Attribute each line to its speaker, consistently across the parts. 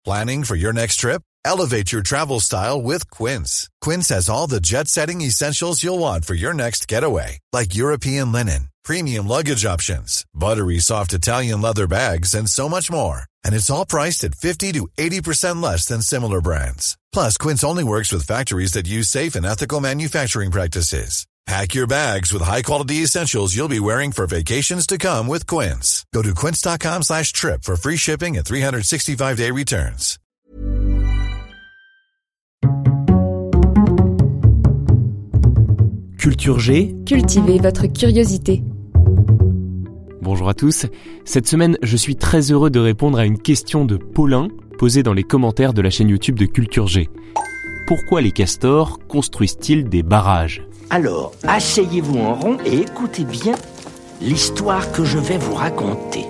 Speaker 1: Planning for your next trip? Elevate your travel style with Quince. Quince has all the jet-setting essentials you'll want for your next getaway, like European linen, premium luggage options, buttery soft Italian leather bags, and so much more. And it's all priced at 50 to 80% less than similar brands. Plus, Quince only works with factories that use safe and ethical manufacturing practices. Pack your bags with high-quality essentials you'll be wearing for vacations to come with Quince. Go to quince.com/trip for free shipping and 365-day returns.
Speaker 2: Culture G.
Speaker 3: Cultivez votre curiosité.
Speaker 2: Bonjour à tous. Cette semaine, je suis très heureux de répondre à une question de Paulin, posée dans les commentaires de la chaîne YouTube de Culture G. Pourquoi les castors construisent-ils des barrages ?
Speaker 4: Alors, asseyez-vous en rond et écoutez bien l'histoire que je vais vous raconter.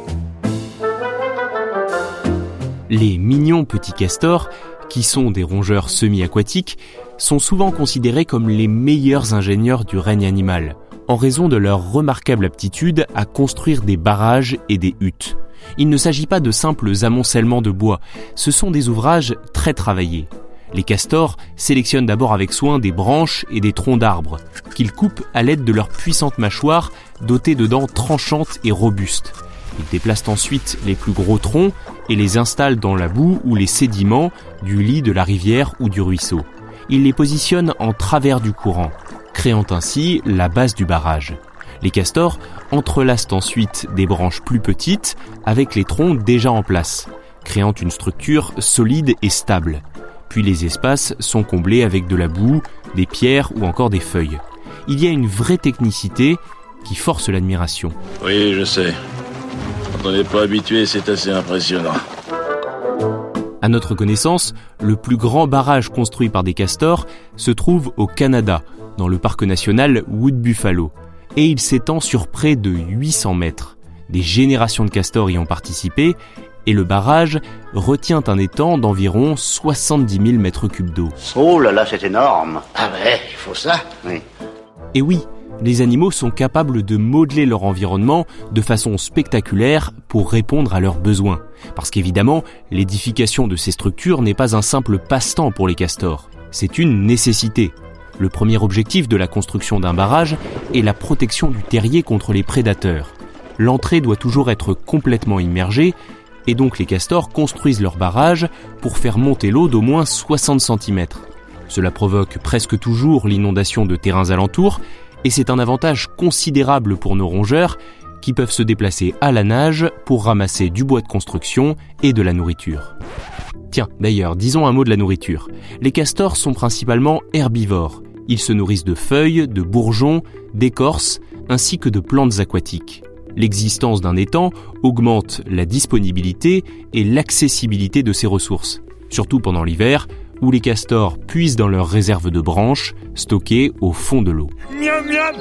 Speaker 2: Les mignons petits castors, qui sont des rongeurs semi-aquatiques, sont souvent considérés comme les meilleurs ingénieurs du règne animal, en raison de leur remarquable aptitude à construire des barrages et des huttes. Il ne s'agit pas de simples amoncellements de bois, ce sont des ouvrages très travaillés. Les castors sélectionnent d'abord avec soin des branches et des troncs d'arbres, qu'ils coupent à l'aide de leurs puissantes mâchoires dotées de dents tranchantes et robustes. Ils déplacent ensuite les plus gros troncs et les installent dans la boue ou les sédiments du lit de la rivière ou du ruisseau. Ils les positionnent en travers du courant, créant ainsi la base du barrage. Les castors entrelacent ensuite des branches plus petites avec les troncs déjà en place, créant une structure solide et stable. Puis les espaces sont comblés avec de la boue, des pierres ou encore des feuilles. Il y a une vraie technicité qui force l'admiration.
Speaker 5: Oui, je sais. Quand on n'est pas habitué, c'est assez impressionnant.
Speaker 2: À notre connaissance, le plus grand barrage construit par des castors se trouve au Canada, dans le parc national Wood Buffalo, et il s'étend sur près de 800 mètres. Des générations de castors y ont participé, et le barrage retient un étang d'environ 70 000 mètres cubes d'eau.
Speaker 6: Oh là là, c'est énorme.
Speaker 4: Ah ouais, il faut ça.
Speaker 6: Oui.
Speaker 2: Et oui, les animaux sont capables de modeler leur environnement de façon spectaculaire pour répondre à leurs besoins. Parce qu'évidemment, l'édification de ces structures n'est pas un simple passe-temps pour les castors. C'est une nécessité. Le premier objectif de la construction d'un barrage est la protection du terrier contre les prédateurs. L'entrée doit toujours être complètement immergée, et donc les castors construisent leur barrage pour faire monter l'eau d'au moins 60 cm. Cela provoque presque toujours l'inondation de terrains alentours, et c'est un avantage considérable pour nos rongeurs qui peuvent se déplacer à la nage pour ramasser du bois de construction et de la nourriture. Tiens, d'ailleurs, disons un mot de la nourriture. Les castors sont principalement herbivores. Ils se nourrissent de feuilles, de bourgeons, d'écorces, ainsi que de plantes aquatiques. L'existence d'un étang augmente la disponibilité et l'accessibilité de ces ressources, surtout pendant l'hiver, où les castors puisent dans leurs réserves de branches stockées au fond de l'eau.
Speaker 5: Miam, miam.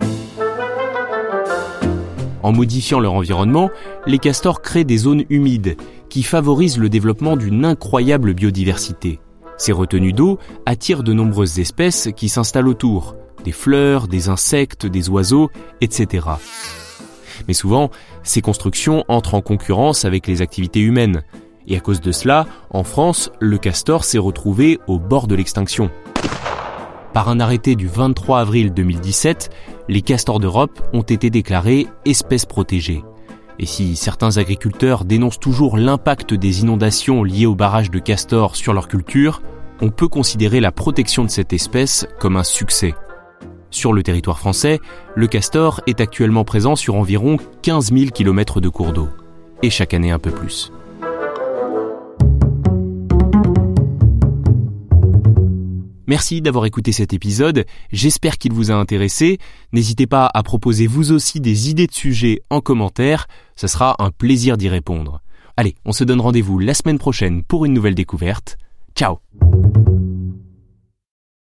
Speaker 2: En modifiant leur environnement, les castors créent des zones humides qui favorisent le développement d'une incroyable biodiversité. Ces retenues d'eau attirent de nombreuses espèces qui s'installent autour, des fleurs, des insectes, des oiseaux, etc. Mais souvent, ces constructions entrent en concurrence avec les activités humaines. Et à cause de cela, en France, le castor s'est retrouvé au bord de l'extinction. Par un arrêté du 23 avril 2017, les castors d'Europe ont été déclarés espèces protégées. Et si certains agriculteurs dénoncent toujours l'impact des inondations liées au barrage de castors sur leur culture, on peut considérer la protection de cette espèce comme un succès. Sur le territoire français, le castor est actuellement présent sur environ 15 000 km de cours d'eau. Et chaque année un peu plus. Merci d'avoir écouté cet épisode, j'espère qu'il vous a intéressé. N'hésitez pas à proposer vous aussi des idées de sujets en commentaire, ce sera un plaisir d'y répondre. Allez, on se donne rendez-vous la semaine prochaine pour une nouvelle découverte. Ciao!